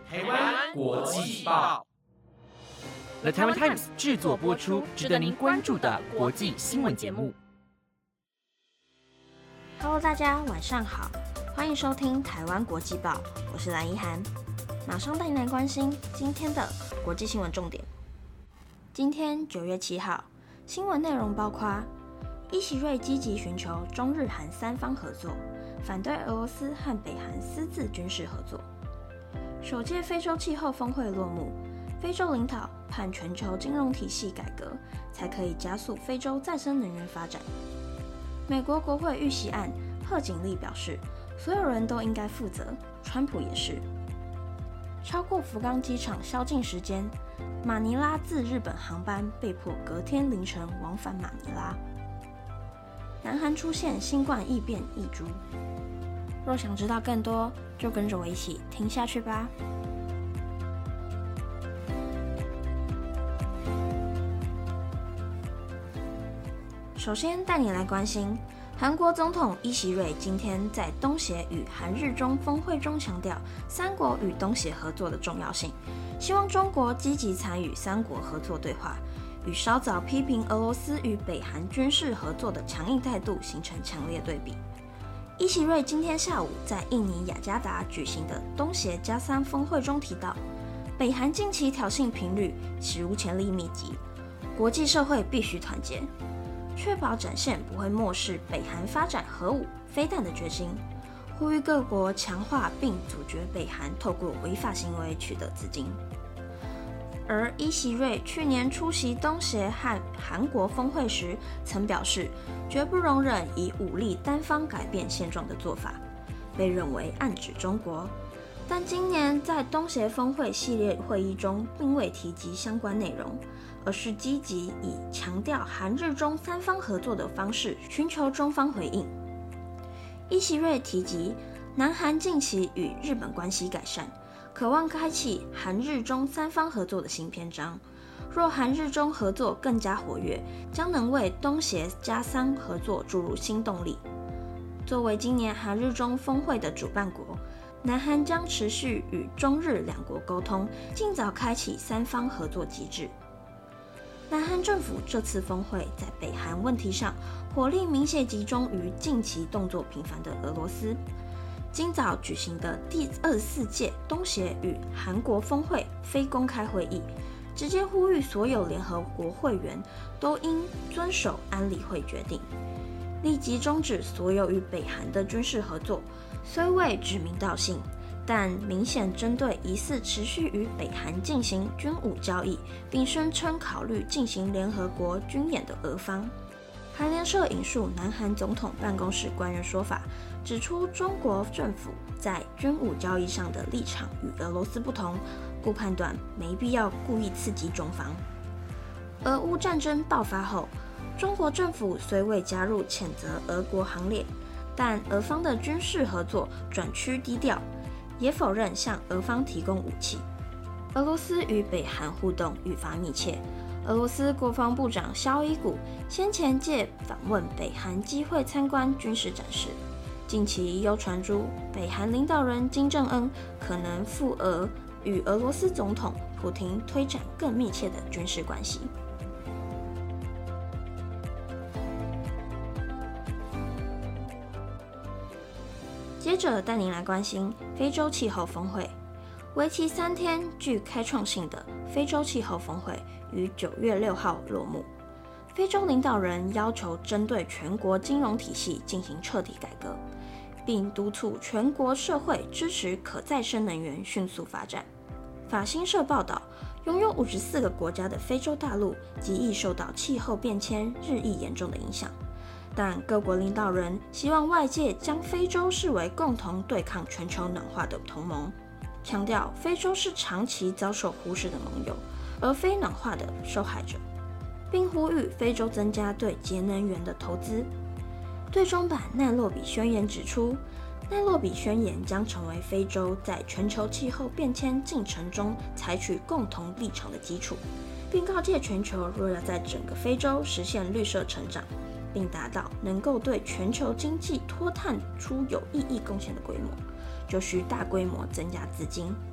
台湾国际报 The Taiwan Times 制作播出，值得您关注的国际新闻节目。 Hello， 大家晚上好，欢迎收听台湾国际报，我是蓝怡涵，马上带您来关心今天的国际新闻重点。今天9月7号，新闻内容包括：伊席瑞积极寻求中日韩三方合作，反对俄罗斯和北韩私自军事合作；首届非洲气候峰会落幕，非洲领导盼全球金融体系改革才可以加速非洲再生能源发展。美国国会遇袭案，贺锦丽表示，所有人都应该负责，川普也是。超过福冈机场宵禁时间，马尼拉自日本航班被迫隔天凌晨往返马尼拉。南韩出现新冠异变异株，若想知道更多，就跟着我一起听下去吧。首先带你来关心，韩国总统伊席瑞今天在东协与韩日中峰会中强调三国与东协合作的重要性，希望中国积极参与三国合作对话，与稍早批评俄罗斯与北韩军事合作的强硬态度形成强烈对比。伊席瑞今天下午在印尼雅加达举行的东协+3峰会中提到，北韩近期挑衅频率史无前例密集，国际社会必须团结，确保展现不会漠视北韩发展核武、飞弹的决心，呼吁各国强化并阻绝北韩透过违法行为取得资金。而伊席瑞去年出席东协和韩国峰会时，曾表示绝不容忍以武力单方改变现状的做法，被认为暗指中国。但今年在东协峰会系列会议中，并未提及相关内容，而是积极以强调韩日中三方合作的方式寻求中方回应。伊席瑞提及，南韩近期与日本关系改善，渴望开启韩日中三方合作的新篇章。若韩日中合作更加活跃，将能为东协+3合作注入新动力。作为今年韩日中峰会的主办国，南韩将持续与中日两国沟通，尽早开启三方合作机制。南韩政府这次峰会在北韩问题上，火力明显集中于近期动作频繁的俄罗斯。今早举行的第24届东协与韩国峰会非公开会议，直接呼吁所有联合国会员都应遵守安理会决定，立即终止所有与北韩的军事合作。虽未指名道姓，但明显针对疑似持续与北韩进行军武交易，并声称考虑进行联合国军演的俄方。韩联社引述南韩总统办公室官员说法，指出中国政府在军武交易上的立场与俄罗斯不同，故判断没必要故意刺激中方。俄乌战争爆发后，中国政府虽未加入谴责俄国行列，但俄方的军事合作转趋低调，也否认向俄方提供武器。俄罗斯与北韩互动愈发密切。俄罗斯国防部长绍伊古先前借访问北韩机会参观军事展示，近期又传出北韩领导人金正恩可能赴俄与俄罗斯总统普廷推展更密切的军事关系。接着带您来关心非洲气候峰会。为期3天、具开创性的非洲气候峰会于9月6号落幕。非洲领导人要求针对全国金融体系进行彻底改革，并督促全国社会支持可再生能源迅速发展。法新社报道，拥有54个国家的非洲大陆极易受到气候变迁日益严重的影响，但各国领导人希望外界将非洲视为共同对抗全球暖化的同盟，强调非洲是长期遭受忽视的盟友，而非暖化的受害者，并呼吁非洲增加对节能源的投资。最终版奈洛比宣言指出，奈洛比宣言将成为非洲在全球气候变迁进程中采取共同立场的基础，并告诫全球若要在整个非洲实现绿色成长，并达到能够对全球经济脱碳出有意义贡献的规模，就需大规模增加资金。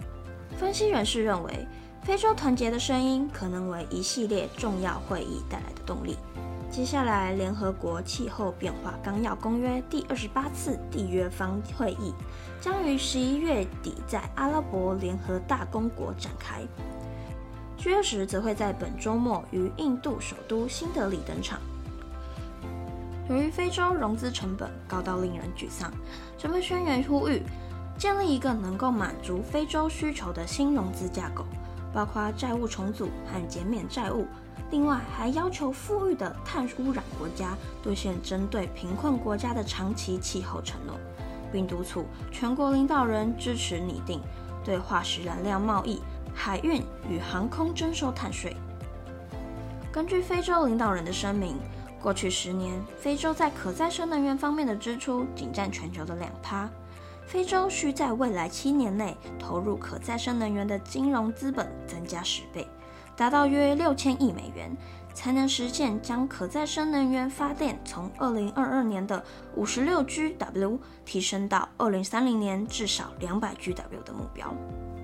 分析人士认为，非洲团结的声音可能为一系列重要会议带来的动力。接下来，联合国气候变化纲要公约第28次缔约方会议将于11月底在阿拉伯联合大公国展开，9月10则会在本周末于印度首都新德里登场。由于非洲融资成本高到令人沮丧，这份宣言呼吁建立一个能够满足非洲需求的新融资架构，包括债务重组和减免债务。另外，还要求富裕的碳污染国家兑现针对贫困国家的长期气候承诺，并督促全国领导人支持拟定对化石燃料贸易、海运与航空征收碳税。根据非洲领导人的声明，过去10年，非洲在可再生能源方面的支出仅占全球的2%。非洲需在未来7年内投入可再生能源的金融资本增加10倍，达到约6000亿美元，才能实现将可再生能源发电从2022年的56 GW 提升到2030年至少200 GW 的目标。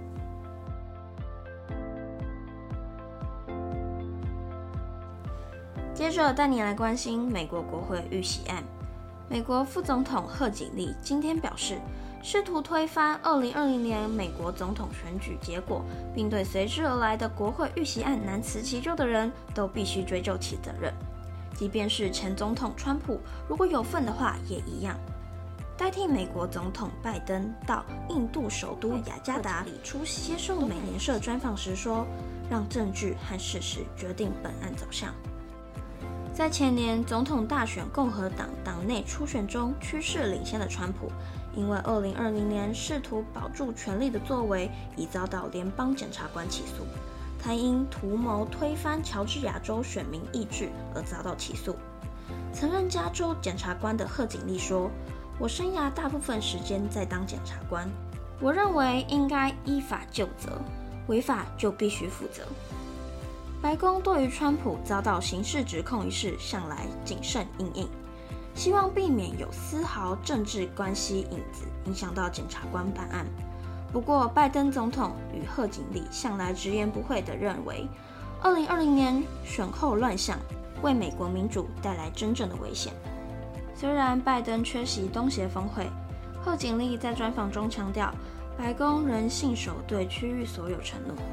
接着带你来关心美国国会遇袭案。美国副总统贺锦丽今天表示，试图推翻2020年美国总统选举结果，并对随之而来的国会遇袭案难辞其咎的人都必须追究其责任，即便是前总统川普，如果有份的话也一样。代替美国总统拜登到印度首都雅加达里出席接受美联社专访时说，让证据和事实决定本案走向。在前年总统大选共和党党内初选中趋势领先的川普，因为2020年试图保住权力的作为已遭到联邦检察官起诉，他因图谋推翻乔治亚州选民意志而遭到起诉。曾任加州检察官的贺锦丽说，我生涯大部分时间在当检察官，我认为应该依法就责，违法就必须负责。白宫对于川普遭到刑事指控一事向来谨慎因应，希望避免有丝毫政治关系影子影响到检察官办案。不过，拜登总统与贺锦丽向来直言不讳地认为，2020年选后乱象为美国民主带来真正的危险。虽然拜登缺席东协峰会，贺锦丽在专访中强调，白宫仍信守对区域所有承诺。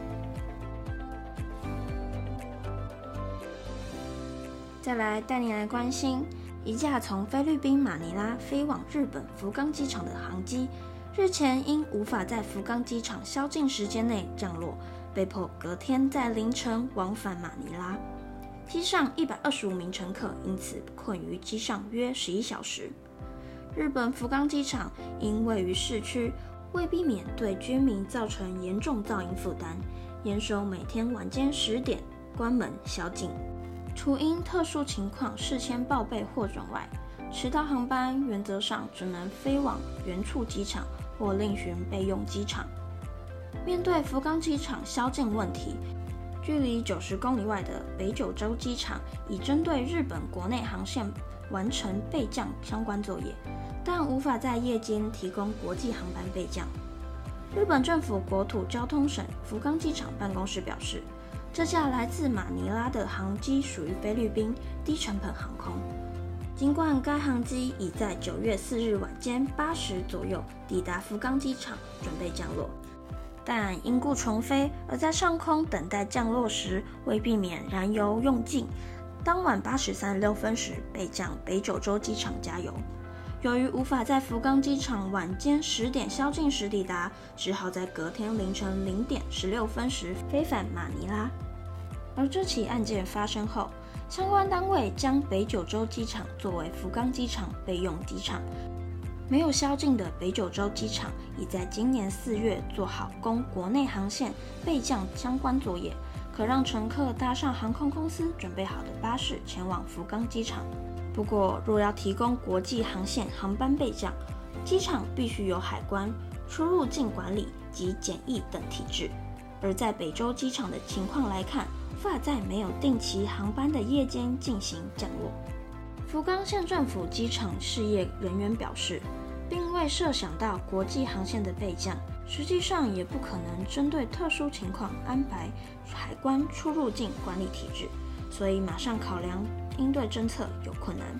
再来带你来关心一架从菲律宾马尼拉飞往日本福冈机场的航机，日前因无法在福冈机场宵禁时间内降落，被迫隔天在凌晨往返马尼拉。机上125名乘客因此困于机上约11小时。日本福冈机场因位于市区，为避免对居民造成严重噪音负担，严守每天晚间10点关门宵禁。除因特殊情况事先报备获准外，迟到航班原则上只能飞往原处机场或另寻备用机场。面对福冈机场宵禁问题，距离90公里外的北九州机场已针对日本国内航线完成备降相关作业，但无法在夜间提供国际航班备降。日本政府国土交通省福冈机场办公室表示，这架来自马尼拉的航机属于菲律宾低成本航空。尽管该航机已在9月4日晚间8时左右抵达福冈机场准备降落，但因故重飞，而在上空等待降落时，为避免燃油用尽，当晚8时36分时备降北九州机场加油。由于无法在福冈机场晚间10点宵禁时抵达，只好在隔天凌晨0点16分时飞返马尼拉。而这起案件发生后，相关单位将北九州机场作为福冈机场备用机场。没有宵禁的北九州机场已在今年4月做好供国内航线备降相关作业，可让乘客搭上航空公司准备好的巴士前往福冈机场。不过，若要提供国际航线航班备降，机场必须有海关、出入境管理及检疫等体制。而在北州机场的情况来看，无法在没有定期航班的夜间进行降落。福冈县政府机场事业人员表示，并未设想到国际航线的备降实际上也不可能针对特殊情况安排海关出入境管理体制，所以马上考量应对侦测有困难。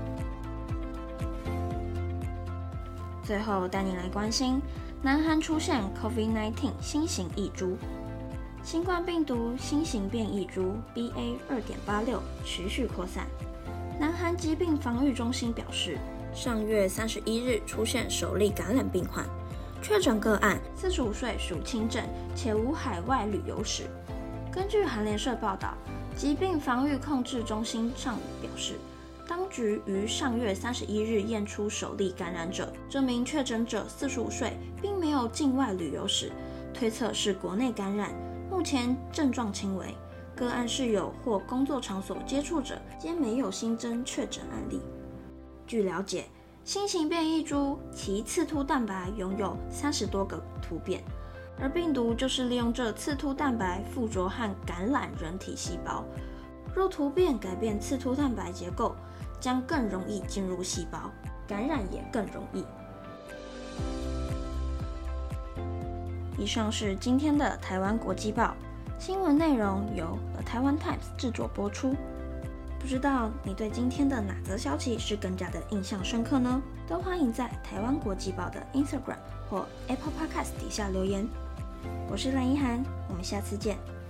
最后带你来关心，南韩出现 COVID-19 新型异株，新冠病毒新型变异株 BA.2.86 持续扩散。南韩疾病防御中心表示，上月31日出现首例感染病患，确诊个案45岁，属轻症，且无海外旅游史。根据韩联社报道，疾病防御控制中心上午表示，当局于上月31日验出首例感染者，这名确诊者45岁，并没有境外旅游史，推测是国内感染，目前症状轻微。个案室友或工作场所接触者皆没有新增确诊案例。据了解，新型变异株其刺突蛋白拥有30多个突变，而病毒就是利用这刺突蛋白附着和感染人体细胞。若突变改变刺突蛋白结构，将更容易进入细胞，感染也更容易。以上是今天的台湾国际报，新闻内容由 The Taiwan Times 制作播出。不知道你对今天的哪则消息是更加的印象深刻呢？都欢迎在台湾国际报的 Instagram 或 Apple Podcast 底下留言。我是蓝一涵，我们下次见。